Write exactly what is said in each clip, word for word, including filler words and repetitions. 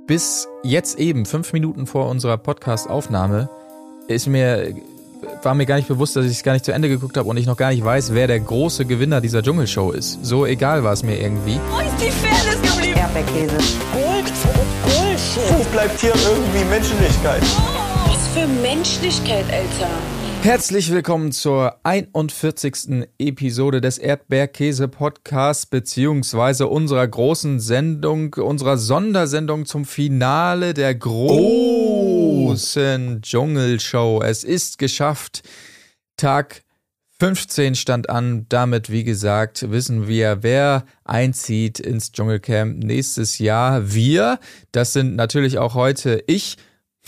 bis jetzt eben, fünf Minuten vor unserer Podcast-Aufnahme, ist mir, war mir gar nicht bewusst, dass ich es gar nicht zu Ende geguckt habe und ich noch gar nicht weiß, wer der große Gewinner dieser Dschungelshow ist. So egal war es mir irgendwie. Wo ist die Fairness geblieben? Erdbeerkäse. Gold, Bullshit. Wo bleibt hier irgendwie Menschlichkeit? Was für Menschlichkeit, Alter. Herzlich willkommen zur einundvierzigsten Episode des Erdbeerkäse-Podcasts beziehungsweise unserer großen Sendung, unserer Sondersendung zum Finale der großen oh. Dschungelshow. Es ist geschafft. Tag fünfzehn stand an. Damit, wie gesagt, wissen wir, wer einzieht ins Dschungelcamp nächstes Jahr. Wir, das sind natürlich auch heute ich,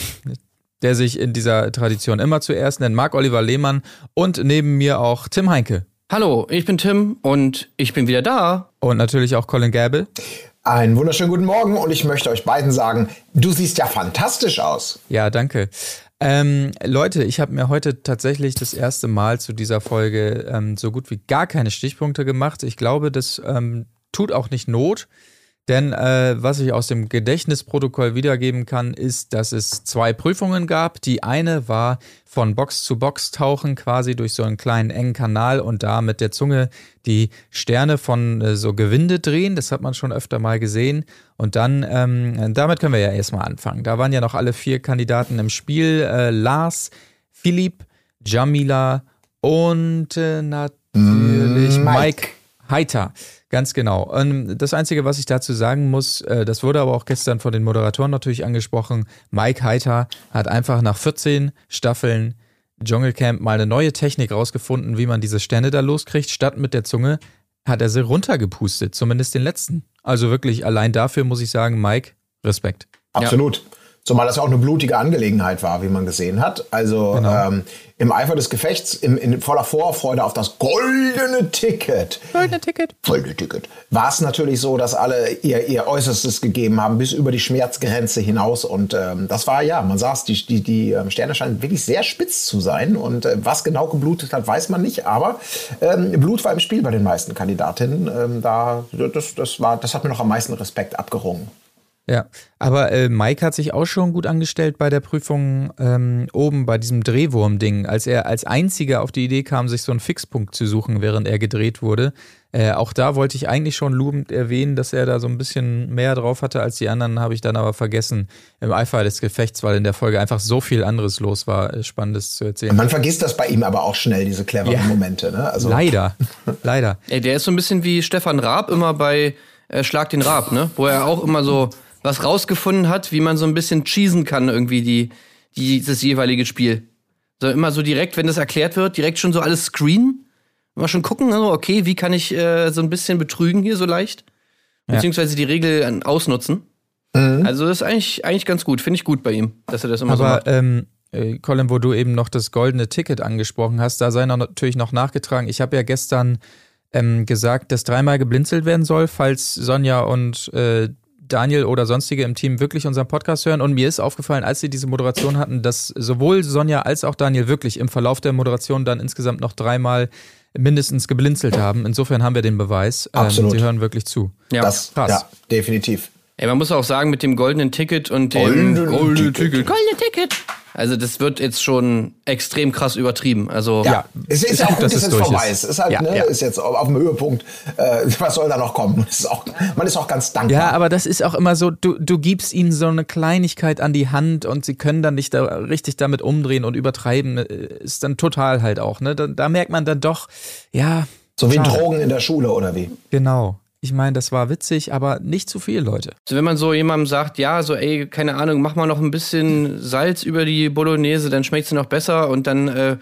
der sich in dieser Tradition immer zuerst nennt, Marc-Oliver Lehmann, und neben mir auch Tim Heinke. Hallo, ich bin Tim und ich bin wieder da. Und natürlich auch Colin Gäbel. Einen wunderschönen guten Morgen und ich möchte euch beiden sagen, du siehst ja fantastisch aus. Ja, danke. Ähm, Leute, ich habe mir heute tatsächlich das erste Mal zu dieser Folge ähm, so gut wie gar keine Stichpunkte gemacht. Ich glaube, das ähm, tut auch nicht Not. Denn äh, was ich aus dem Gedächtnisprotokoll wiedergeben kann, ist, dass es zwei Prüfungen gab. Die eine war von Box zu Box tauchen, quasi durch so einen kleinen engen Kanal und da mit der Zunge die Sterne von äh, so Gewinde drehen. Das hat man schon öfter mal gesehen. Und dann, ähm, damit können wir ja erstmal anfangen. Da waren ja noch alle vier Kandidaten im Spiel. Äh, Lars, Philipp, Jamila und äh, natürlich mm, Mike. Mike Heiter. Ganz genau. Und das Einzige, was ich dazu sagen muss, das wurde aber auch gestern von den Moderatoren natürlich angesprochen, Mike Heiter hat einfach nach vierzehn Staffeln Dschungelcamp mal eine neue Technik rausgefunden, wie man diese Sterne da loskriegt. Statt mit der Zunge hat er sie runtergepustet, zumindest den letzten. Also wirklich allein dafür muss ich sagen, Mike, Respekt. Absolut. Ja. Zumal das auch eine blutige Angelegenheit war, wie man gesehen hat. Also genau. ähm, im Eifer des Gefechts, im, in voller Vorfreude auf das goldene Ticket. Goldene Ticket. Goldene Ticket. War es natürlich so, dass alle ihr, ihr Äußerstes gegeben haben, bis über die Schmerzgrenze hinaus. Und ähm, das war, ja, man sah es, die, die, die Sterne scheinen wirklich sehr spitz zu sein. Und äh, was genau geblutet hat, weiß man nicht. Aber ähm, Blut war im Spiel bei den meisten Kandidatinnen. Ähm, da, das, das, war, das hat mir noch am meisten Respekt abgerungen. Ja, aber äh, Mike hat sich auch schon gut angestellt bei der Prüfung ähm, oben bei diesem Drehwurm-Ding, als er als einziger auf die Idee kam, sich so einen Fixpunkt zu suchen, während er gedreht wurde. Äh, auch da wollte ich eigentlich schon lobend erwähnen, dass er da so ein bisschen mehr drauf hatte als die anderen, habe ich dann aber vergessen im Eifer des Gefechts, weil in der Folge einfach so viel anderes los war, äh, Spannendes zu erzählen. Man vergisst das bei ihm aber auch schnell, diese cleveren ja. Momente. Ne? Also leider, leider. Ey, der ist so ein bisschen wie Stefan Raab immer bei äh, Schlag den Raab, ne? Wo er auch immer so was rausgefunden hat, wie man so ein bisschen cheesen kann, irgendwie die, die, das jeweilige Spiel. So immer so direkt, wenn das erklärt wird, direkt schon so alles screenen. Immer schon gucken, also okay, wie kann ich äh, so ein bisschen betrügen hier so leicht? Beziehungsweise die Regel ausnutzen. Mhm. Also das ist eigentlich, eigentlich ganz gut, finde ich gut bei ihm, dass er das immer Aber, so macht. Aber ähm, äh, Colin, wo du eben noch das goldene Ticket angesprochen hast, da sei noch, natürlich noch nachgetragen. Ich habe ja gestern ähm, gesagt, dass dreimal geblinzelt werden soll, falls Sonja und äh, Daniel oder sonstige im Team wirklich unseren Podcast hören. Und mir ist aufgefallen, als sie diese Moderation hatten, dass sowohl Sonja als auch Daniel wirklich im Verlauf der Moderation dann insgesamt noch dreimal mindestens geblinzelt haben. Insofern haben wir den Beweis. Absolut. Ähm, sie hören wirklich zu. Ja, das, krass. Ja, definitiv. Ey, man muss auch sagen, mit dem goldenen Ticket und dem goldenen goldenen Ticket. Ticket. Goldene Ticket. Also das wird jetzt schon extrem krass übertrieben. Also ja, es ist, ist ja auch gut, dass es jetzt vorbei ist. Es ist halt, ja, ne, ja. ist jetzt auf dem Höhepunkt. Äh, was soll da noch kommen? Ist auch, man ist auch ganz dankbar. Ja, aber das ist auch immer so, du, du gibst ihnen so eine Kleinigkeit an die Hand und sie können dann nicht da richtig damit umdrehen und übertreiben. Ist dann total halt auch, ne? Da, da merkt man dann doch, ja. So wie schade. Drogen in der Schule, oder wie? Genau. Ich meine, das war witzig, aber nicht zu viel, Leute. Also wenn man so jemandem sagt, ja, so ey, keine Ahnung, mach mal noch ein bisschen Salz über die Bolognese, dann schmeckt sie noch besser und dann äh,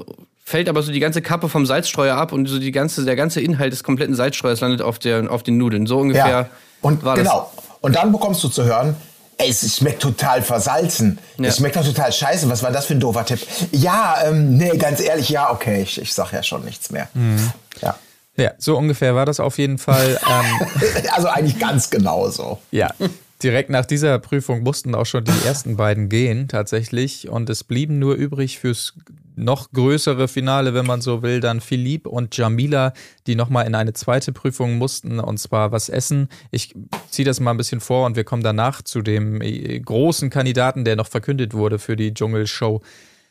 fällt aber so die ganze Kappe vom Salzstreuer ab und so die ganze, der ganze Inhalt des kompletten Salzstreuers landet auf, der, auf den Nudeln. So ungefähr ja. und war genau. das. Und dann bekommst du zu hören, ey, es schmeckt total versalzen. Ja. Es schmeckt doch total scheiße. Was war das für ein doofer Tipp? Ja, ähm, nee, ganz ehrlich, ja, okay, ich, ich sag ja schon nichts mehr. Mhm. Ja. Ja, so ungefähr war das auf jeden Fall. Ähm, also eigentlich ganz genau so. Ja, direkt nach dieser Prüfung mussten auch schon die ersten beiden gehen tatsächlich und es blieben nur übrig fürs noch größere Finale, wenn man so will, dann Philippe und Jamila, die nochmal in eine zweite Prüfung mussten, und zwar was essen. Ich ziehe das mal ein bisschen vor und wir kommen danach zu dem großen Kandidaten, der noch verkündet wurde für die Dschungelshow.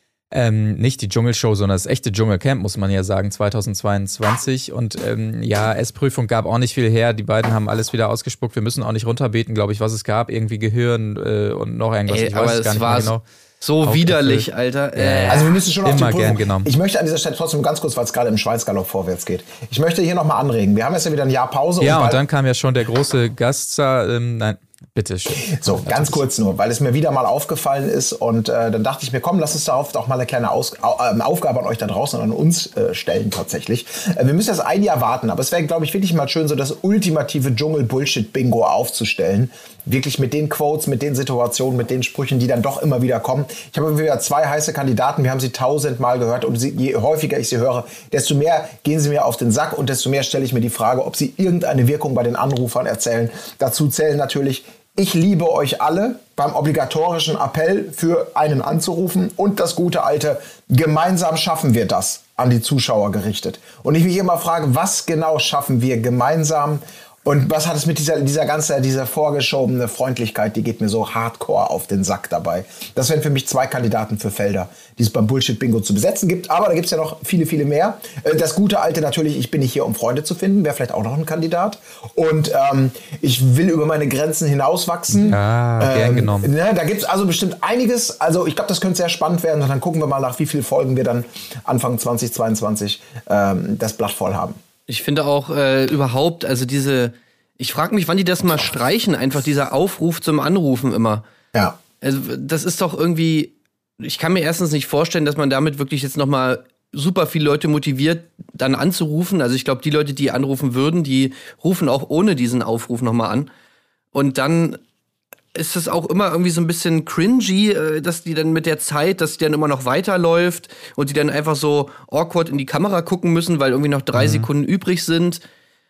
Ähm, nicht die Dschungelshow, sondern das echte Dschungelcamp, muss man ja sagen, zweitausendzweiundzwanzig. Und ähm, ja, Essprüfung gab auch nicht viel her. Die beiden haben alles wieder ausgespuckt. Wir müssen auch nicht runterbeten, glaube ich, was es gab. Irgendwie Gehirn äh, und noch irgendwas. Ey, ich aber weiß es es gar nicht war mehr genau. So widerlich, Alter. Äh. Also wir müssen schon auf die Immer Prüfung. gern genommen. Ich möchte an dieser Stelle trotzdem ganz kurz, weil es gerade im Schweinsgalopp vorwärts geht. Ich möchte hier nochmal anregen. Wir haben jetzt ja wieder ein Jahr Pause. Ja, und, und dann kam ja schon der große Gaststar. Ähm, nein, bitte schön. So, ganz kurz nur, weil es mir wieder mal aufgefallen ist und äh, dann dachte ich mir, komm, lass uns darauf auch mal eine kleine Aus äh, Aufgabe an euch da draußen und an uns äh, stellen tatsächlich. Äh, wir müssen jetzt ein Jahr warten, aber es wäre, glaube ich, wirklich mal schön, so das ultimative Dschungel-Bullshit-Bingo aufzustellen. Wirklich mit den Quotes, mit den Situationen, mit den Sprüchen, die dann doch immer wieder kommen. Ich habe wieder zwei heiße Kandidaten, wir haben sie tausendmal gehört und sie, je häufiger ich sie höre, desto mehr gehen sie mir auf den Sack und desto mehr stelle ich mir die Frage, ob sie irgendeine Wirkung bei den Anrufern erzählen. Dazu zählen natürlich: Ich liebe euch alle beim obligatorischen Appell für einen anzurufen und das gute alte gemeinsam schaffen wir das an die Zuschauer gerichtet. Und ich mich immer frage, was genau schaffen wir gemeinsam? Und was hat es mit dieser, dieser ganzen, dieser vorgeschobene Freundlichkeit, die geht mir so hardcore auf den Sack dabei. Das wären für mich zwei Kandidaten für Felder, die es beim Bullshit-Bingo zu besetzen gibt. Aber da gibt es ja noch viele, viele mehr. Das gute alte natürlich, ich bin nicht hier, um Freunde zu finden, wäre vielleicht auch noch ein Kandidat. Und ähm, ich will über meine Grenzen hinauswachsen. Ja, gern genommen. Ähm, ne, da gibt es also bestimmt einiges. Also ich glaube, das könnte sehr spannend werden. Und dann gucken wir mal, nach wie vielen Folgen wir dann Anfang zweitausendzweiundzwanzig ähm, das Blatt voll haben. Ich finde auch äh, überhaupt, also diese, ich frage mich, wann die das mal streichen, einfach dieser Aufruf zum Anrufen immer. Ja. Also das ist doch irgendwie, ich kann mir erstens nicht vorstellen, dass man damit wirklich jetzt nochmal super viele Leute motiviert, dann anzurufen. Also ich glaube, die Leute, die anrufen würden, die rufen auch ohne diesen Aufruf nochmal an. Und dann ist es auch immer irgendwie so ein bisschen cringy, dass die dann mit der Zeit, dass die dann immer noch weiterläuft und die dann einfach so awkward in die Kamera gucken müssen, weil irgendwie noch drei mhm. Sekunden übrig sind.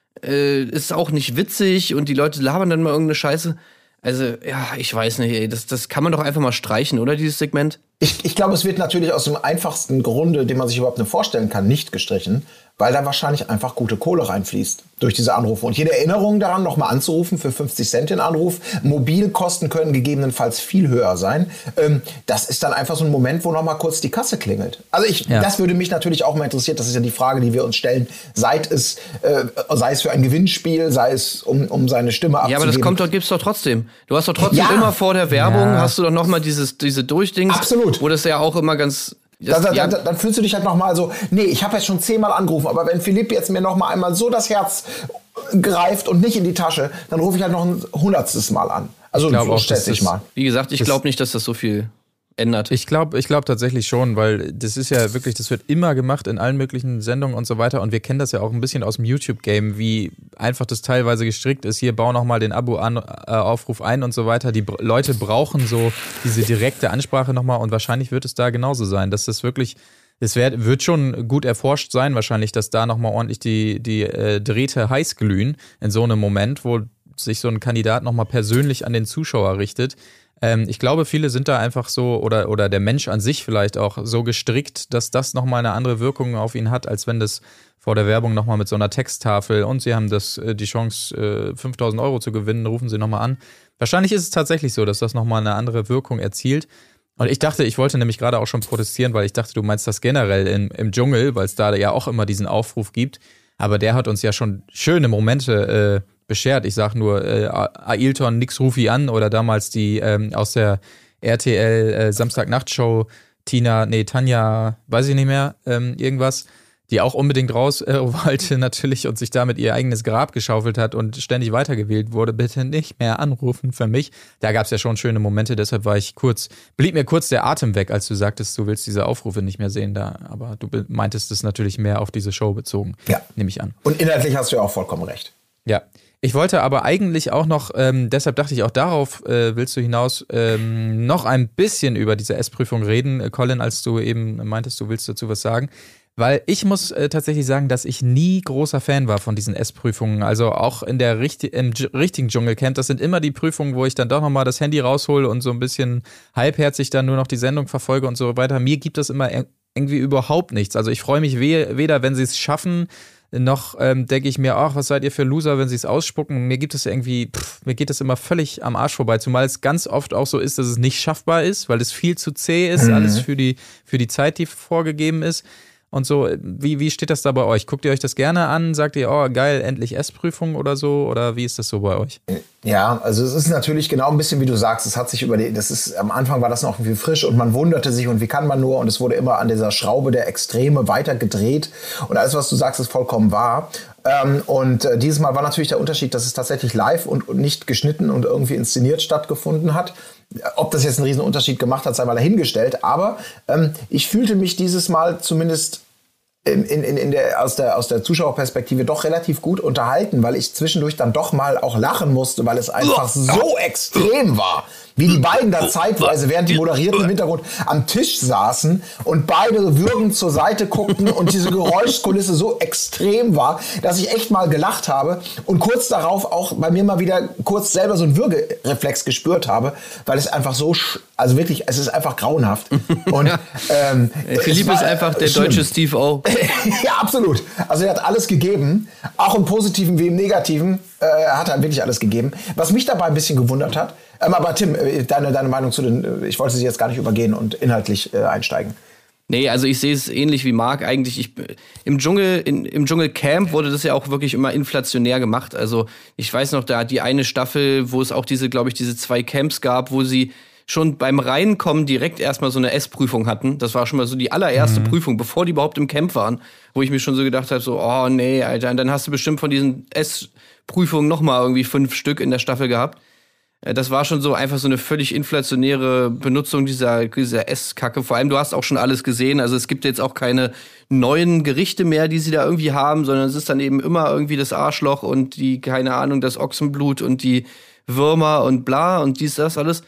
Äh, ist auch nicht witzig und die Leute labern dann mal irgendeine Scheiße. Also, ja, ich weiß nicht, ey, das, das kann man doch einfach mal streichen, oder, dieses Segment? Ich, ich glaube, es wird natürlich aus dem einfachsten Grunde, den man sich überhaupt nur vorstellen kann, nicht gestrichen, weil da wahrscheinlich einfach gute Kohle reinfließt durch diese Anrufe. Und jede Erinnerung daran, nochmal anzurufen für fünfzig Cent den Anruf, Mobilkosten können gegebenenfalls viel höher sein. Ähm, das ist dann einfach so ein Moment, wo nochmal kurz die Kasse klingelt. Also ich, ja. das würde mich natürlich auch mal interessieren. Das ist ja die Frage, die wir uns stellen. Sei es, äh, sei es für ein Gewinnspiel, sei es um, um seine Stimme abzugeben. Ja, aber das kommt doch, gibt's doch trotzdem. Du hast doch trotzdem ja. immer vor der Werbung, ja. hast du doch nochmal dieses, diese Durchdings. Absolut. Wo das ja auch immer ganz... Das, da, da, ja. da, dann fühlst du dich halt nochmal so, nee, ich habe jetzt schon zehnmal angerufen, aber wenn Philipp jetzt mir nochmal einmal so das Herz greift und nicht in die Tasche, dann rufe ich halt noch ein hundertstes Mal an. Also ich so stellt sich mal. Wie gesagt, ich glaube nicht, dass das so viel ändert. Ich glaube ich glaub tatsächlich schon, weil das ist ja wirklich, das wird immer gemacht in allen möglichen Sendungen und so weiter und wir kennen das ja auch ein bisschen aus dem YouTube-Game, wie einfach das teilweise gestrickt ist. Hier, bau nochmal den Abo-Aufruf ein und so weiter. Die Br- Leute brauchen so diese direkte Ansprache nochmal und wahrscheinlich wird es da genauso sein, dass das wirklich, es wird, wird schon gut erforscht sein wahrscheinlich, dass da nochmal ordentlich die, die äh, Drähte heiß glühen in so einem Moment, wo sich so ein Kandidat nochmal persönlich an den Zuschauer richtet. Ich glaube, viele sind da einfach so, oder, oder der Mensch an sich vielleicht auch so gestrickt, dass das nochmal eine andere Wirkung auf ihn hat, als wenn das vor der Werbung nochmal mit so einer Texttafel und sie haben das, die Chance, fünftausend Euro zu gewinnen, rufen sie nochmal an. Wahrscheinlich ist es tatsächlich so, dass das nochmal eine andere Wirkung erzielt. Und ich dachte, ich wollte nämlich gerade auch schon protestieren, weil ich dachte, du meinst das generell im, im Dschungel, weil es da ja auch immer diesen Aufruf gibt. Aber der hat uns ja schon schöne Momente äh, beschert. Ich sag nur äh, Ailton, nix Rufi an oder damals die ähm, aus der R T L äh, Samstagnacht-Show Tina, nee, Tanja, weiß ich nicht mehr, ähm, irgendwas, die auch unbedingt raus äh, wollte natürlich und sich damit ihr eigenes Grab geschaufelt hat und ständig weitergewählt wurde. Bitte nicht mehr anrufen für mich. Da gab es ja schon schöne Momente, deshalb war ich kurz, blieb mir kurz der Atem weg, als du sagtest, du willst diese Aufrufe nicht mehr sehen da. Aber du meintest es natürlich mehr auf diese Show bezogen, ja. Nehme ich an. Und inhaltlich hast du ja auch vollkommen recht. Ja. Ich wollte aber eigentlich auch noch, ähm, deshalb dachte ich auch darauf, äh, willst du hinaus, ähm, noch ein bisschen über diese S-Prüfung reden, äh, Colin, als du eben meintest, du willst dazu was sagen. Weil ich muss äh, tatsächlich sagen, dass ich nie großer Fan war von diesen S-Prüfungen. Also auch in der richtig, im G- richtigen Dschungelcamp, das sind immer die Prüfungen, wo ich dann doch nochmal das Handy raushole und so ein bisschen halbherzig dann nur noch die Sendung verfolge und so weiter. Mir gibt das immer irgendwie überhaupt nichts. Also ich freue mich we- weder, wenn sie es schaffen, noch ähm, denke ich mir, ach, was seid ihr für Loser, wenn sie es ausspucken. Mir gibt es irgendwie, pff, mir geht das immer völlig am Arsch vorbei, zumal es ganz oft auch so ist, dass es nicht schaffbar ist, weil es viel zu zäh ist, mhm. alles für die, für die Zeit, die vorgegeben ist. Und so, wie, wie steht das da bei euch? Guckt ihr euch das gerne an? Sagt ihr, oh geil, endlich S-Prüfung oder so? Oder wie ist das so bei euch? Ja, also es ist natürlich genau ein bisschen, wie du sagst, es hat sich über die, das ist, am Anfang war das noch irgendwie frisch und man wunderte sich und wie kann man nur, und es wurde immer an dieser Schraube der Extreme weiter gedreht und alles, was du sagst, ist vollkommen wahr. Ähm, und äh, dieses Mal war natürlich der Unterschied, dass es tatsächlich live und, und nicht geschnitten und irgendwie inszeniert stattgefunden hat. Ob das jetzt einen riesen Unterschied gemacht hat, sei mal dahingestellt. Aber ähm, ich fühlte mich dieses Mal zumindest in, in, in der, aus, der, aus der Zuschauerperspektive doch relativ gut unterhalten, weil ich zwischendurch dann doch mal auch lachen musste, weil es einfach so extrem war. Wie die beiden da zeitweise, während die Moderierten im Hintergrund am Tisch saßen und beide würgend zur Seite guckten und diese Geräuschkulisse so extrem war, dass ich echt mal gelacht habe und kurz darauf auch bei mir mal wieder kurz selber so einen Würgereflex gespürt habe, weil es einfach so, also wirklich, es ist einfach grauenhaft. Und ja. ähm, Philipp ist einfach der schlimm. Deutsche Steve O. Ja, absolut. Also er hat alles gegeben, auch im Positiven wie im Negativen äh, hat er wirklich alles gegeben. Was mich dabei ein bisschen gewundert hat, ähm, aber Tim, deine, deine Meinung zu den, ich wollte sie jetzt gar nicht übergehen und inhaltlich äh, einsteigen. Nee, also ich sehe es ähnlich wie Marc eigentlich. Ich, im Dschungel, in, im Dschungelcamp wurde das ja auch wirklich immer inflationär gemacht. Also ich weiß noch, da die eine Staffel, wo es auch diese, glaube ich, diese zwei Camps gab, wo sie schon beim Reinkommen direkt erstmal so eine S-Prüfung hatten. Das war schon mal so die allererste mhm. Prüfung, bevor die überhaupt im Camp waren, wo ich mir schon so gedacht habe, so, oh nee, Alter, und dann hast du bestimmt von diesen S-Prüfungen nochmal irgendwie fünf Stück in der Staffel gehabt. Das war schon so einfach so eine völlig inflationäre Benutzung dieser, dieser Esskacke. Vor allem, du hast auch schon alles gesehen. Also es gibt jetzt auch keine neuen Gerichte mehr, die sie da irgendwie haben, sondern es ist dann eben immer irgendwie das Arschloch und die, keine Ahnung, das Ochsenblut und die Würmer und bla und dies, das alles.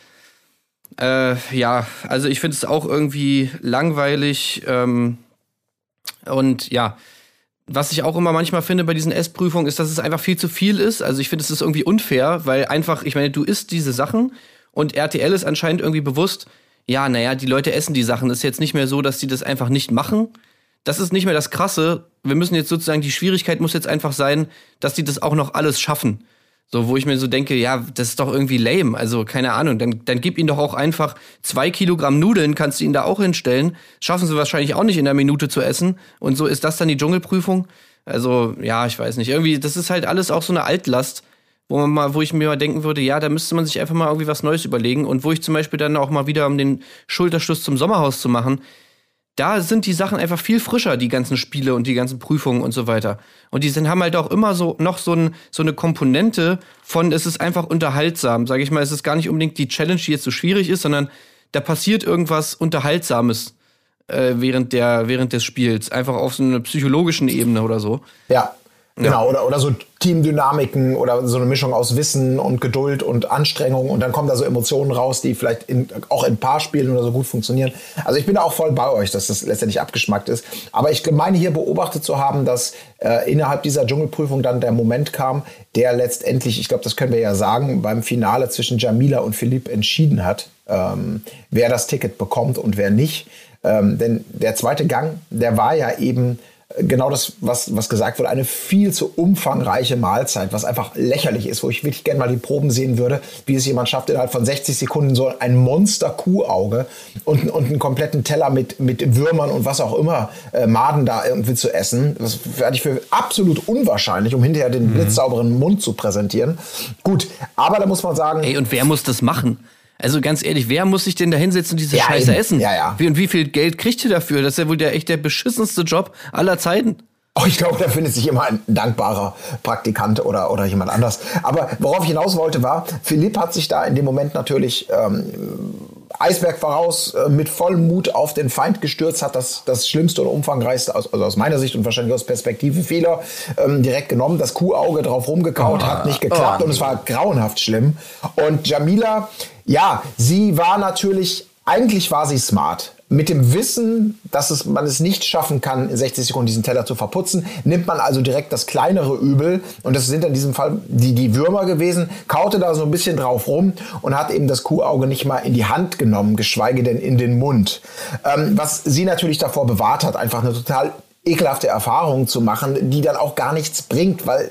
Äh, ja, also ich finde es auch irgendwie langweilig. Ähm, und ja, was ich auch immer manchmal finde bei diesen Essprüfungen, ist, dass es einfach viel zu viel ist. Also ich finde, es ist irgendwie unfair, weil einfach, ich meine, du isst diese Sachen und R T L ist anscheinend irgendwie bewusst, ja, naja, die Leute essen die Sachen. Es ist jetzt nicht mehr so, dass die das einfach nicht machen. Das ist nicht mehr das Krasse. Wir müssen jetzt sozusagen, die Schwierigkeit muss jetzt einfach sein, dass die das auch noch alles schaffen. So, wo ich mir so denke, ja, das ist doch irgendwie lame. Also, keine Ahnung, dann, dann gib ihnen doch auch einfach zwei Kilogramm Nudeln, kannst du ihnen da auch hinstellen. Schaffen sie wahrscheinlich auch nicht in einer Minute zu essen. Und so ist das dann die Dschungelprüfung. Also, ja, ich weiß nicht. Irgendwie, das ist halt alles auch so eine Altlast, wo man mal, wo ich mir mal denken würde, ja, da müsste man sich einfach mal irgendwie was Neues überlegen. Und wo ich zum Beispiel dann auch mal wieder, um den Schulterschluss zum Sommerhaus zu machen, da sind die Sachen einfach viel frischer, die ganzen Spiele und die ganzen Prüfungen und so weiter. Und die sind, haben halt auch immer so noch so, ein, so eine Komponente von, es ist einfach unterhaltsam. Sage ich mal, es ist gar nicht unbedingt die Challenge, die jetzt so schwierig ist, sondern da passiert irgendwas Unterhaltsames äh, während, der, während des Spiels. Einfach auf so einer psychologischen Ebene oder so. Ja. Genau, ja. oder, oder so Teamdynamiken oder so eine Mischung aus Wissen und Geduld und Anstrengung und dann kommen da so Emotionen raus, die vielleicht in, auch in Paarspielen oder so gut funktionieren. Also ich bin da auch voll bei euch, dass das letztendlich abgeschmackt ist. Aber ich meine hier beobachtet zu haben, dass äh, innerhalb dieser Dschungelprüfung dann der Moment kam, der letztendlich, ich glaube, das können wir ja sagen, beim Finale zwischen Jamila und Philipp entschieden hat, ähm, wer das Ticket bekommt und wer nicht. Ähm, denn der zweite Gang, der war ja eben genau das, was, was gesagt wurde, eine viel zu umfangreiche Mahlzeit, was einfach lächerlich ist, wo ich wirklich gerne mal die Proben sehen würde, wie es jemand schafft, innerhalb von sechzig Sekunden so ein Monster-Kuhauge und, und einen kompletten Teller mit, mit Würmern und was auch immer, äh, Maden da irgendwie zu essen. Das halte ich für absolut unwahrscheinlich, um hinterher den mhm. blitzsauberen Mund zu präsentieren. Gut, aber da muss man sagen... Ey, und wer muss das machen? Also ganz ehrlich, wer muss sich denn da hinsetzen und diese ja, Scheiße eben. essen? Ja, ja. Wie, und wie viel Geld kriegt ihr dafür? Das ist ja wohl der echt der beschissenste Job aller Zeiten. Oh, ich glaube, da findet sich immer ein dankbarer Praktikant oder, oder jemand anders. Aber worauf ich hinaus wollte war, Philipp hat sich da in dem Moment natürlich ähm, Eisberg voraus äh, mit vollem Mut auf den Feind gestürzt, hat das, das schlimmste und umfangreichste, also aus meiner Sicht und wahrscheinlich aus Perspektive vieler, ähm, direkt genommen, das Kuhauge drauf rumgekaut, oh, hat nicht geklappt oh. und es war grauenhaft schlimm. Und Jamila, ja, sie war natürlich, eigentlich war sie smart. mit dem Wissen, dass es, man es nicht schaffen kann, in sechzig Sekunden diesen Teller zu verputzen, nimmt man also direkt das kleinere Übel, und das sind in diesem Fall die, die Würmer gewesen, kaute da so ein bisschen drauf rum und hat eben das Kuhauge nicht mal in die Hand genommen, geschweige denn in den Mund. Ähm, was sie natürlich davor bewahrt hat, einfach eine total ekelhafte Erfahrung zu machen, die dann auch gar nichts bringt, weil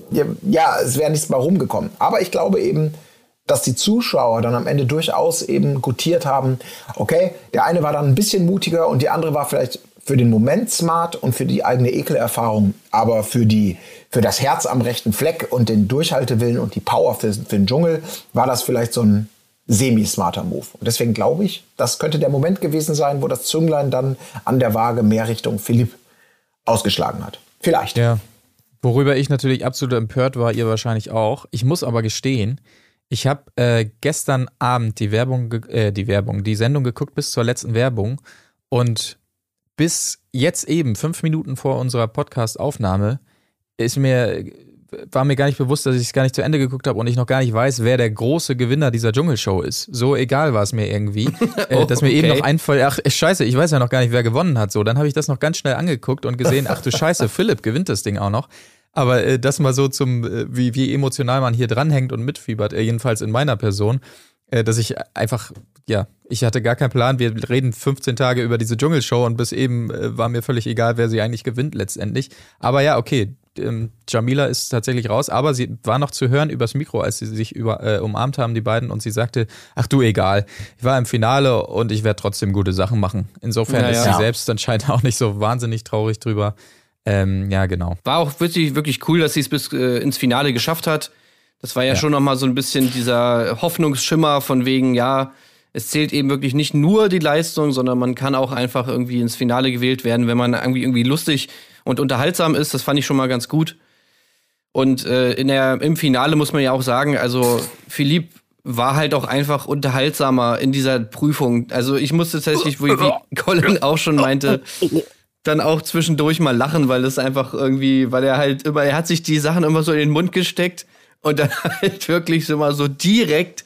ja, es wäre nichts mal rumgekommen. Aber ich glaube eben, dass die Zuschauer dann am Ende durchaus eben gutiert haben, okay, der eine war dann ein bisschen mutiger und die andere war vielleicht für den Moment smart und für die eigene Ekelerfahrung, aber für, die, für das Herz am rechten Fleck und den Durchhaltewillen und die Power für, für den Dschungel war das vielleicht so ein semi-smarter Move. Und deswegen glaube ich, das könnte der Moment gewesen sein, wo das Zünglein dann an der Waage mehr Richtung Philipp ausgeschlagen hat. Vielleicht. Ja. Worüber ich natürlich absolut empört war, ihr wahrscheinlich auch. Ich muss aber gestehen, ich habe äh, gestern Abend die Werbung, ge- äh, die Werbung, die Sendung geguckt bis zur letzten Werbung, und bis jetzt eben, fünf Minuten vor unserer Podcast-Aufnahme, ist mir, war mir gar nicht bewusst, dass ich es gar nicht zu Ende geguckt habe und ich noch gar nicht weiß, wer der große Gewinner dieser Dschungelshow ist. So egal war es mir irgendwie, äh, dass mir okay. eben noch einfällt, ach scheiße, ich weiß ja noch gar nicht, wer gewonnen hat. So, dann habe ich das noch ganz schnell angeguckt und gesehen, ach du Scheiße, Philipp gewinnt das Ding auch noch. Aber äh, das mal so zum, äh, wie, wie emotional man hier dranhängt und mitfiebert, äh, jedenfalls in meiner Person, äh, dass ich einfach, ja, ich hatte gar keinen Plan. Wir reden fünfzehn Tage über diese Dschungelshow und bis eben äh, war mir völlig egal, wer sie eigentlich gewinnt letztendlich. Aber ja, okay, ähm, Jamila ist tatsächlich raus, aber sie war noch zu hören übers Mikro, als sie sich über, äh, umarmt haben, die beiden, und sie sagte, ach du, egal, ich war im Finale und ich werde trotzdem gute Sachen machen. Insofern Ja, ist ja. sie selbst anscheinend auch nicht so wahnsinnig traurig drüber. Ähm, ja, genau. War auch wirklich, wirklich cool, dass sie es bis äh, ins Finale geschafft hat. Das war ja, ja schon noch mal so ein bisschen dieser Hoffnungsschimmer von wegen, ja, es zählt eben wirklich nicht nur die Leistung, sondern man kann auch einfach irgendwie ins Finale gewählt werden, wenn man irgendwie, irgendwie lustig und unterhaltsam ist. Das fand ich schon mal ganz gut. Und äh, in der, im Finale muss man ja auch sagen, also Philipp war halt auch einfach unterhaltsamer in dieser Prüfung. Also ich musste tatsächlich, wie, wie Colin auch schon meinte, dann auch zwischendurch mal lachen, weil das einfach irgendwie, weil er halt immer, er hat sich die Sachen immer so in den Mund gesteckt und dann halt wirklich so mal so direkt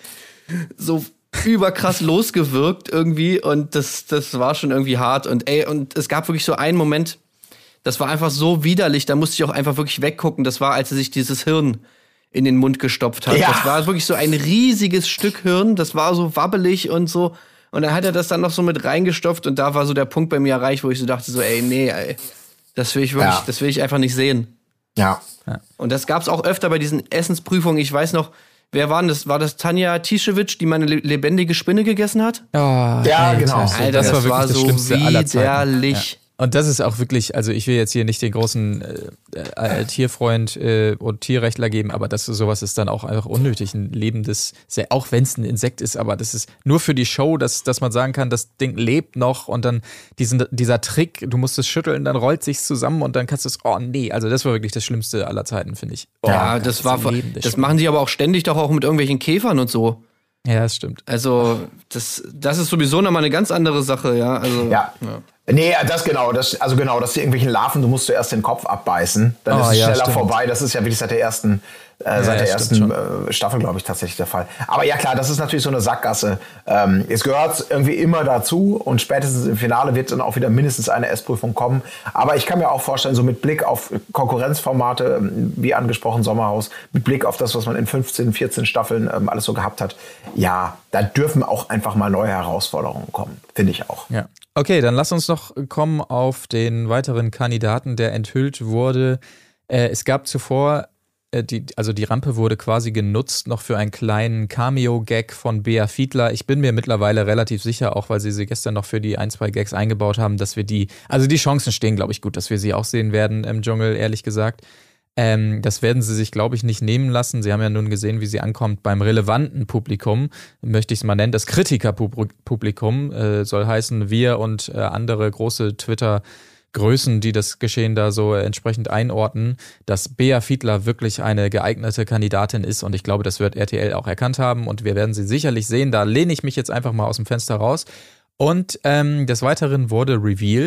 so überkrass losgewirkt irgendwie, und das, das war schon irgendwie hart. Und ey, und es gab wirklich so einen Moment, das war einfach so widerlich, da musste ich auch einfach wirklich weggucken. Das war, als er sich dieses Hirn in den Mund gestopft hat. Ja. Das war wirklich so ein riesiges Stück Hirn, das war so wabbelig und so. Und dann hat er das dann noch so mit reingestopft und da war so der Punkt bei mir erreicht, wo ich so dachte so, ey, nee, ey, das will ich wirklich, Ja. das will ich einfach nicht sehen. Ja. Und das gab's auch öfter bei diesen Essensprüfungen. Ich weiß noch, wer war denn das? War das Tanja Tischewitsch, die meine le- lebendige Spinne gegessen hat? Oh, Ja, genau. Alter, das, das, war wirklich war das so Schlimmste aller Zeiten. widerlich. Ja. Und das ist auch wirklich, also ich will jetzt hier nicht den großen äh, äh, Tierfreund äh, und Tierrechtler geben, aber das sowas ist dann auch einfach unnötig, ein lebendes, sehr, auch wenn es ein Insekt ist, aber das ist nur für die Show, dass, dass man sagen kann, das Ding lebt noch, und dann diesen, dieser Trick, du musst es schütteln, dann rollt sich's zusammen und dann kannst du es, oh nee, also das war wirklich das Schlimmste aller Zeiten, finde ich. Oh, Ja, das war, ein lebendes das Schwein. machen die aber auch ständig doch auch mit irgendwelchen Käfern und so. Ja, das stimmt. Also, das, das ist sowieso nochmal eine ganz andere Sache, ja. Also, Ja. Nee, das genau, das, also genau, dass die irgendwelchen Larven, du musst zuerst den Kopf abbeißen, dann Oh, ist es ja, schneller stimmt. vorbei. Das ist ja wirklich seit der ersten, äh, seit der ja, ersten stimmt äh, Staffel, glaube ich, tatsächlich der Fall. Aber ja klar, das ist natürlich so eine Sackgasse. Ähm, es gehört irgendwie immer dazu, und spätestens im Finale wird dann auch wieder mindestens eine Essprüfung kommen. Aber ich kann mir auch vorstellen, so mit Blick auf Konkurrenzformate, ähm, wie angesprochen Sommerhaus, mit Blick auf das, was man in fünfzehn, vierzehn Staffeln ähm, alles so gehabt hat, ja, da dürfen auch einfach mal neue Herausforderungen kommen, finde ich auch. Ja. Okay, dann lass uns noch kommen auf den weiteren Kandidaten, der enthüllt wurde. Äh, es gab zuvor, äh, die, also die Rampe wurde quasi genutzt noch für einen kleinen Cameo-Gag von Bea Fiedler. Ich bin mir mittlerweile relativ sicher, auch weil sie sie gestern noch für die ein, zwei Gags eingebaut haben, dass wir die, also die Chancen stehen, glaube ich, gut, dass wir sie auch sehen werden im Dschungel, ehrlich gesagt. Ähm, das werden sie sich, glaube ich, nicht nehmen lassen. Sie haben ja nun gesehen, wie sie ankommt beim relevanten Publikum, möchte ich es mal nennen. Das Kritikerpublikum äh, soll heißen, wir und äh, andere große Twitter-Größen, die das Geschehen da so entsprechend einordnen, dass Bea Fiedler wirklich eine geeignete Kandidatin ist. Und ich glaube, das wird R T L auch erkannt haben. Und wir werden sie sicherlich sehen. Da lehne ich mich jetzt einfach mal aus dem Fenster raus. Und ähm, des Weiteren wurde revealed,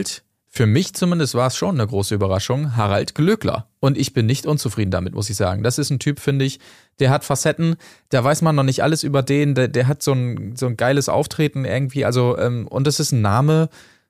für mich zumindest war es schon eine große Überraschung, Harald Glöckler. Und ich bin nicht unzufrieden damit, muss ich sagen. Das ist ein Typ, finde ich, der hat Facetten, da weiß man noch nicht alles über den, der, der hat so ein, so ein geiles Auftreten irgendwie, also, ähm, und das ist ein Name,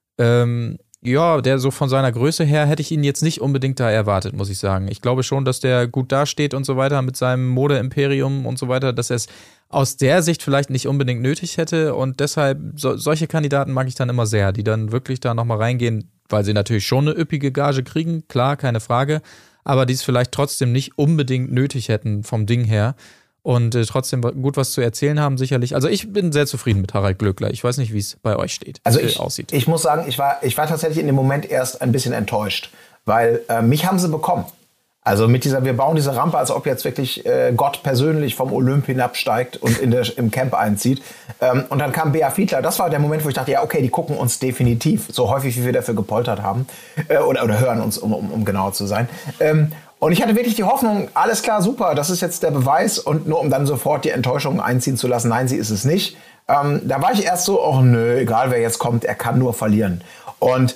ähm, ja, der so von seiner Größe her hätte ich ihn jetzt nicht unbedingt da erwartet, muss ich sagen. Ich glaube schon, dass der gut dasteht und so weiter mit seinem Mode-Imperium und so weiter, dass er es aus der Sicht vielleicht nicht unbedingt nötig hätte und deshalb, so, solche Kandidaten mag ich dann immer sehr, die dann wirklich da nochmal reingehen, weil sie natürlich schon eine üppige Gage kriegen, klar, keine Frage, aber die es vielleicht trotzdem nicht unbedingt nötig hätten vom Ding her und äh, trotzdem gut was zu erzählen haben, sicherlich. Also ich bin sehr zufrieden mit Harald Glöckler. Ich weiß nicht, wie es bei euch steht, also äh, ich, aussieht. Ich muss sagen, ich war, ich war tatsächlich in dem Moment erst ein bisschen enttäuscht, weil äh, mich haben sie bekommen. Also mit dieser, wir bauen diese Rampe, als ob jetzt wirklich äh, Gott persönlich vom Olymp hinabsteigt und in der, im Camp einzieht. Ähm, und dann kam Bea Fiedler. Das war der Moment, wo ich dachte, ja okay, die gucken uns definitiv, so häufig wie wir dafür gepoltert haben. Äh, oder, oder hören uns, um, um, um genauer zu sein. Ähm, und ich hatte wirklich die Hoffnung, alles klar, super, das ist jetzt der Beweis. Und nur um dann sofort die Enttäuschung einziehen zu lassen, nein, sie ist es nicht. Ähm, da war ich erst so, oh nö, egal wer jetzt kommt, er kann nur verlieren. Und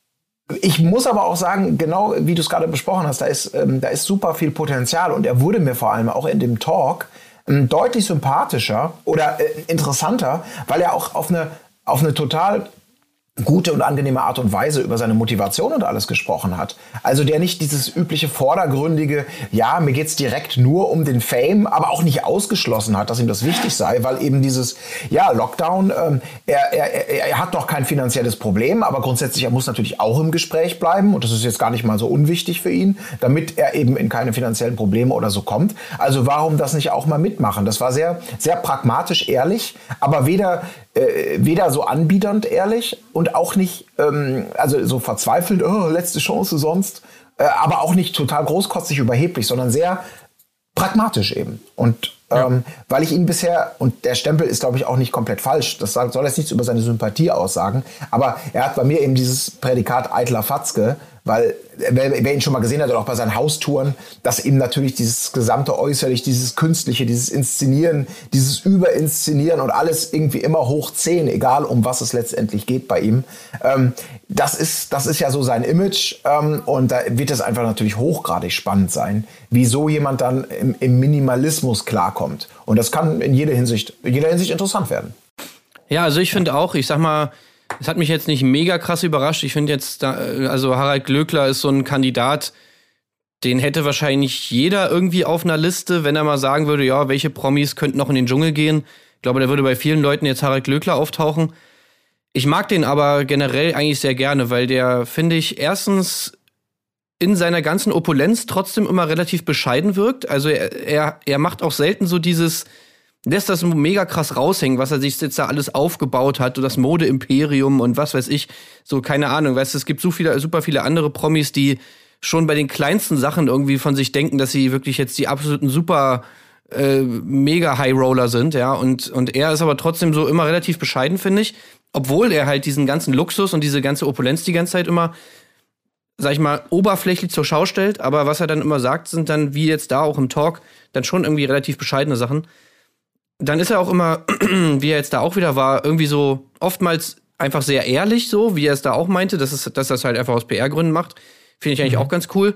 ich muss aber auch sagen, genau wie du es gerade besprochen hast, da ist, ähm, da ist super viel Potenzial und er wurde mir vor allem auch in dem Talk ähm, deutlich sympathischer oder äh, interessanter, weil er auch auf eine, auf eine total gute und angenehme Art und Weise über seine Motivation und alles gesprochen hat. Also der nicht dieses übliche vordergründige, ja, mir geht's direkt nur um den Fame, aber auch nicht ausgeschlossen hat, dass ihm das wichtig sei, weil eben dieses, ja, Lockdown, ähm, er, er, er hat doch kein finanzielles Problem, aber grundsätzlich, er muss natürlich auch im Gespräch bleiben und das ist jetzt gar nicht mal so unwichtig für ihn, damit er eben in keine finanziellen Probleme oder so kommt. Also warum das nicht auch mal mitmachen? Das war sehr, sehr pragmatisch ehrlich, aber weder Äh, weder so anbiedernd ehrlich und auch nicht, ähm, also so verzweifelnd, oh, letzte Chance sonst, äh, aber auch nicht total großkotzig überheblich, sondern sehr pragmatisch eben. Und ähm, ja. weil ich ihn bisher, und der Stempel ist, glaube ich, auch nicht komplett falsch, das soll jetzt nichts über seine Sympathie aussagen, aber er hat bei mir eben dieses Prädikat eitler Fatzke, weil wer, wer ihn schon mal gesehen hat oder auch bei seinen Haustouren, dass ihm natürlich dieses gesamte Äußerlich, dieses Künstliche, dieses Inszenieren, dieses Überinszenieren und alles irgendwie immer hoch zehn, egal um was es letztendlich geht bei ihm. Ähm, das ist, das ist ja so sein Image ähm, und da wird es einfach natürlich hochgradig spannend sein, wie so jemand dann im, im Minimalismus klarkommt. Und das kann in jeder Hinsicht, in jeder Hinsicht interessant werden. Ja, also ich finde auch, ich sag mal, es hat mich jetzt nicht mega krass überrascht. Ich finde jetzt, da, also Harald Glöckler ist so ein Kandidat, den hätte wahrscheinlich jeder irgendwie auf einer Liste, wenn er mal sagen würde, ja, welche Promis könnten noch in den Dschungel gehen. Ich glaube, da würde bei vielen Leuten jetzt Harald Glöckler auftauchen. Ich mag den aber generell eigentlich sehr gerne, weil der, finde ich, erstens in seiner ganzen Opulenz trotzdem immer relativ bescheiden wirkt. Also er, er, er macht auch selten so dieses, lässt das mega krass raushängen, was er sich jetzt da alles aufgebaut hat, so das Mode-Imperium und was weiß ich, so keine Ahnung, weißt du, es gibt so viele, super viele andere Promis, die schon bei den kleinsten Sachen irgendwie von sich denken, dass sie wirklich jetzt die absoluten super äh, mega High-Roller sind, ja, und, und er ist aber trotzdem so immer relativ bescheiden, finde ich, obwohl er halt diesen ganzen Luxus und diese ganze Opulenz die ganze Zeit immer, sag ich mal, oberflächlich zur Schau stellt, aber was er dann immer sagt, sind dann, wie jetzt da auch im Talk, dann schon irgendwie relativ bescheidene Sachen. Dann ist er auch immer, wie er jetzt da auch wieder war, irgendwie so oftmals einfach sehr ehrlich, so wie er es da auch meinte, dass, es, dass er es halt einfach aus P R-Gründen macht. Finde ich eigentlich mhm. auch ganz cool.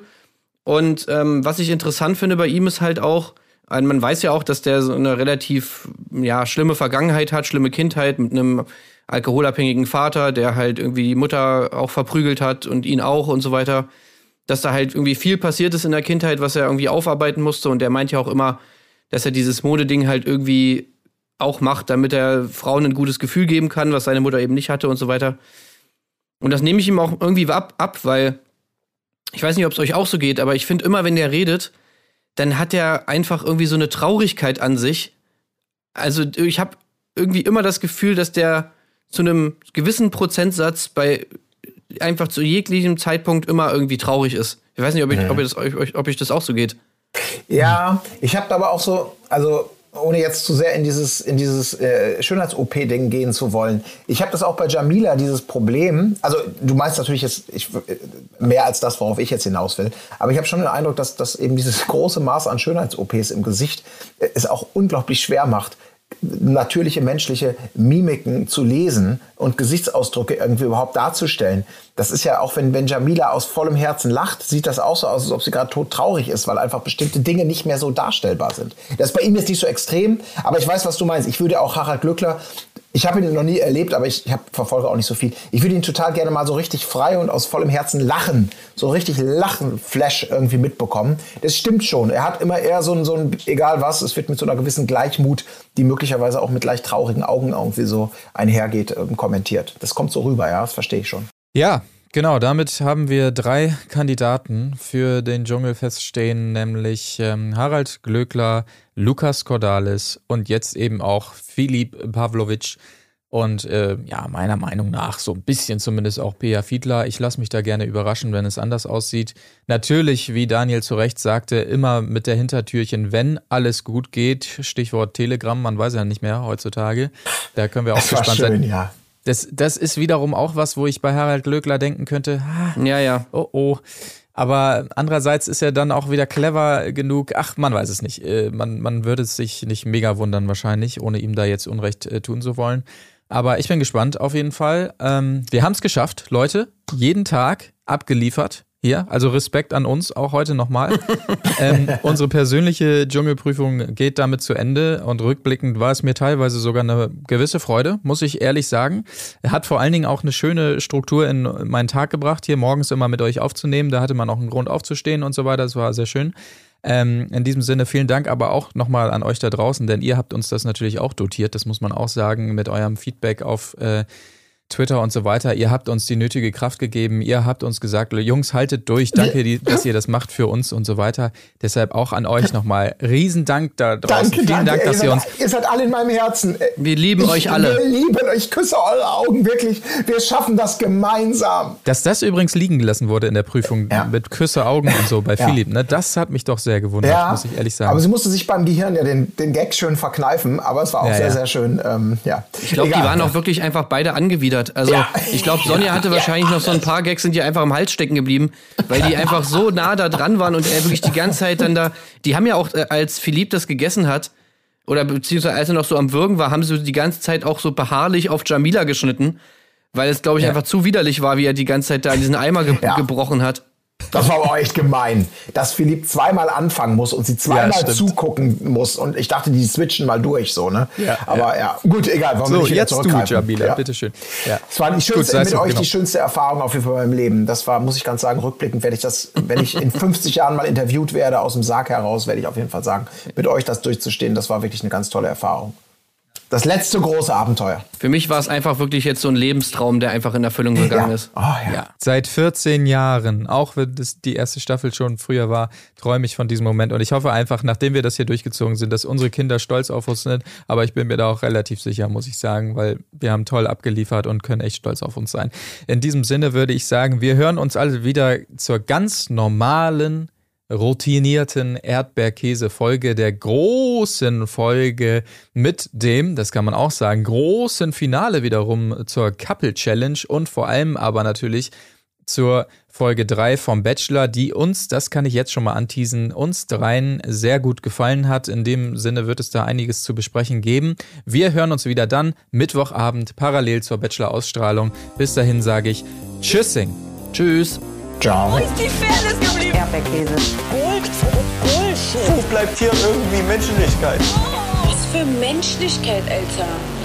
Und ähm, was ich interessant finde bei ihm ist halt auch, man weiß ja auch, dass der so eine relativ ja, schlimme Vergangenheit hat, schlimme Kindheit mit einem alkoholabhängigen Vater, der halt irgendwie die Mutter auch verprügelt hat und ihn auch und so weiter. Dass da halt irgendwie viel passiert ist in der Kindheit, was er irgendwie aufarbeiten musste. Und der meint ja auch immer, dass er dieses Modeding halt irgendwie auch macht, damit er Frauen ein gutes Gefühl geben kann, was seine Mutter eben nicht hatte und so weiter. Und das nehme ich ihm auch irgendwie ab, ab weil ich weiß nicht, ob es euch auch so geht, aber ich finde immer, wenn der redet, dann hat er einfach irgendwie so eine Traurigkeit an sich. Also ich habe irgendwie immer das Gefühl, dass der zu einem gewissen Prozentsatz bei einfach zu jeglichem Zeitpunkt immer irgendwie traurig ist. Ich weiß nicht, ob, ich, ob, ihr das, ob, ob euch das auch so geht. Ja, ich habe aber auch so, also ohne jetzt zu sehr in dieses, in dieses äh, Schönheits-O P-Ding gehen zu wollen. Ich habe das auch bei Jamila, dieses Problem, also du meinst natürlich jetzt ich, mehr als das, worauf ich jetzt hinaus will, aber ich habe schon den Eindruck, dass, dass eben dieses große Maß an Schönheits-O Ps im Gesicht äh, es auch unglaublich schwer macht, natürliche menschliche Mimiken zu lesen und Gesichtsausdrücke irgendwie überhaupt darzustellen. Das ist ja auch, wenn, wenn Jamila aus vollem Herzen lacht, sieht das auch so aus, als ob sie gerade todtraurig ist, weil einfach bestimmte Dinge nicht mehr so darstellbar sind. Das ist bei ihm jetzt nicht so extrem, aber ich weiß, was du meinst. Ich würde auch Harald Glöckler, ich habe ihn noch nie erlebt, aber ich hab, verfolge auch nicht so viel. Ich würde ihn total gerne mal so richtig frei und aus vollem Herzen lachen, so richtig Lachen-Flash irgendwie mitbekommen. Das stimmt schon. Er hat immer eher so ein, so ein, egal was, es wird mit so einer gewissen Gleichmut, die möglicherweise auch mit leicht traurigen Augen irgendwie so einhergeht, ähm, kommentiert. Das kommt so rüber, ja, das verstehe ich schon. Ja, genau, damit haben wir drei Kandidaten für den Dschungel feststehen, nämlich ähm, Harald Glöckler, Lukas Cordalis und jetzt eben auch Filip Pawlowitsch und äh, ja, meiner Meinung nach so ein bisschen zumindest auch Peja Fiedler. Ich lasse mich da gerne überraschen, wenn es anders aussieht. Natürlich, wie Daniel zu Recht sagte, immer mit der Hintertürchen, wenn alles gut geht, Stichwort Telegram, man weiß ja nicht mehr heutzutage, da können wir auch das war gespannt schön, sein. Ja. Das, das ist wiederum auch was, wo ich bei Harald Glöckler denken könnte, ah, Ja, ja. oh oh. Aber andererseits ist er dann auch wieder clever genug. Ach, man weiß es nicht. Man, man würde es sich nicht mega wundern wahrscheinlich, ohne ihm da jetzt Unrecht äh, tun zu wollen. Aber ich bin gespannt auf jeden Fall. Ähm, wir haben es geschafft, Leute. Jeden Tag abgeliefert. Hier, also Respekt an uns, auch heute nochmal. ähm, unsere persönliche Dschungelprüfung geht damit zu Ende und rückblickend war es mir teilweise sogar eine gewisse Freude, muss ich ehrlich sagen. Er hat vor allen Dingen auch eine schöne Struktur in meinen Tag gebracht, hier morgens immer mit euch aufzunehmen. Da hatte man auch einen Grund aufzustehen und so weiter, das war sehr schön. Ähm, in diesem Sinne vielen Dank aber auch nochmal an euch da draußen, denn ihr habt uns das natürlich auch dotiert, das muss man auch sagen, mit eurem Feedback auf äh, Twitter und so weiter. Ihr habt uns die nötige Kraft gegeben. Ihr habt uns gesagt, Jungs, haltet durch. Danke, die, dass ihr das macht für uns und so weiter. Deshalb auch an euch nochmal Riesendank da draußen. Danke, Vielen danke. Dank, dass ihr, ihr seid, uns... ihr seid alle in meinem Herzen. Wir lieben ich, euch alle. Wir lieben euch. Ich küsse eure Augen, wirklich. Wir schaffen das gemeinsam. Dass das übrigens liegen gelassen wurde in der Prüfung Ja. mit Küsse Augen und so bei Ja. Philipp, ne? Das hat mich doch sehr gewundert, Ja, muss ich ehrlich sagen. aber sie musste sich beim Gehirn ja den, den Gag schön verkneifen, aber es war auch Ja, sehr, ja. sehr schön. Ähm, ja. Ich glaube, die waren auch wirklich einfach beide angewidert. Also Ja. ich glaube, Sonja hatte wahrscheinlich noch so ein paar Gags, sind ihr einfach im Hals stecken geblieben, weil die einfach so nah da dran waren und er wirklich die ganze Zeit dann da, die haben ja auch, äh, als Philipp das gegessen hat, oder beziehungsweise als er noch so am Würgen war, haben sie die ganze Zeit auch so beharrlich auf Jamila geschnitten, weil es, glaube ich, Ja. einfach zu widerlich war, wie er die ganze Zeit da in diesen Eimer ge Ja. gebrochen hat. Das war aber auch echt gemein, dass Philipp zweimal anfangen muss und sie zweimal Ja, stimmt. zugucken muss. Und ich dachte, die switchen mal durch, so, ne? Ja, aber ja, gut, egal. Wollen wir so, nicht wieder jetzt du, zurückgreifen. Jamila, Ja. bitteschön. Ja. Es war die Gut, schönste, sei es mit so, euch genau. die schönste Erfahrung auf jeden Fall in meinem Leben. Das war, muss ich ganz sagen, rückblickend werde ich das, wenn ich in fünfzig Jahren mal interviewt werde, aus dem Sarg heraus, werde ich auf jeden Fall sagen, mit euch das durchzustehen, das war wirklich eine ganz tolle Erfahrung. Das letzte große Abenteuer. Für mich war es einfach wirklich jetzt so ein Lebenstraum, der einfach in Erfüllung gegangen ist. Oh, ja. Ja. Seit vierzehn Jahren, auch wenn das die erste Staffel schon früher war, träume ich von diesem Moment. Und ich hoffe einfach, nachdem wir das hier durchgezogen sind, dass unsere Kinder stolz auf uns sind. Aber ich bin mir da auch relativ sicher, muss ich sagen, weil wir haben toll abgeliefert und können echt stolz auf uns sein. In diesem Sinne würde ich sagen, wir hören uns alle wieder zur ganz normalen, routinierten Erdbeerkäse-Folge, der großen Folge mit dem, das kann man auch sagen, großen Finale wiederum zur Couple Challenge und vor allem aber natürlich zur Folge drei vom Bachelor, die uns, das kann ich jetzt schon mal anteasen, uns dreien sehr gut gefallen hat. In dem Sinne wird es da einiges zu besprechen geben. Wir hören uns wieder dann Mittwochabend parallel zur Bachelor-Ausstrahlung. Bis dahin sage ich Tschüssing. Tschüss. Ciao. Ist die Fairness geblieben? Erdbeerkäse. Gold, Bullshit. Wo bleibt hier irgendwie Menschlichkeit? Was für Menschlichkeit, Alter.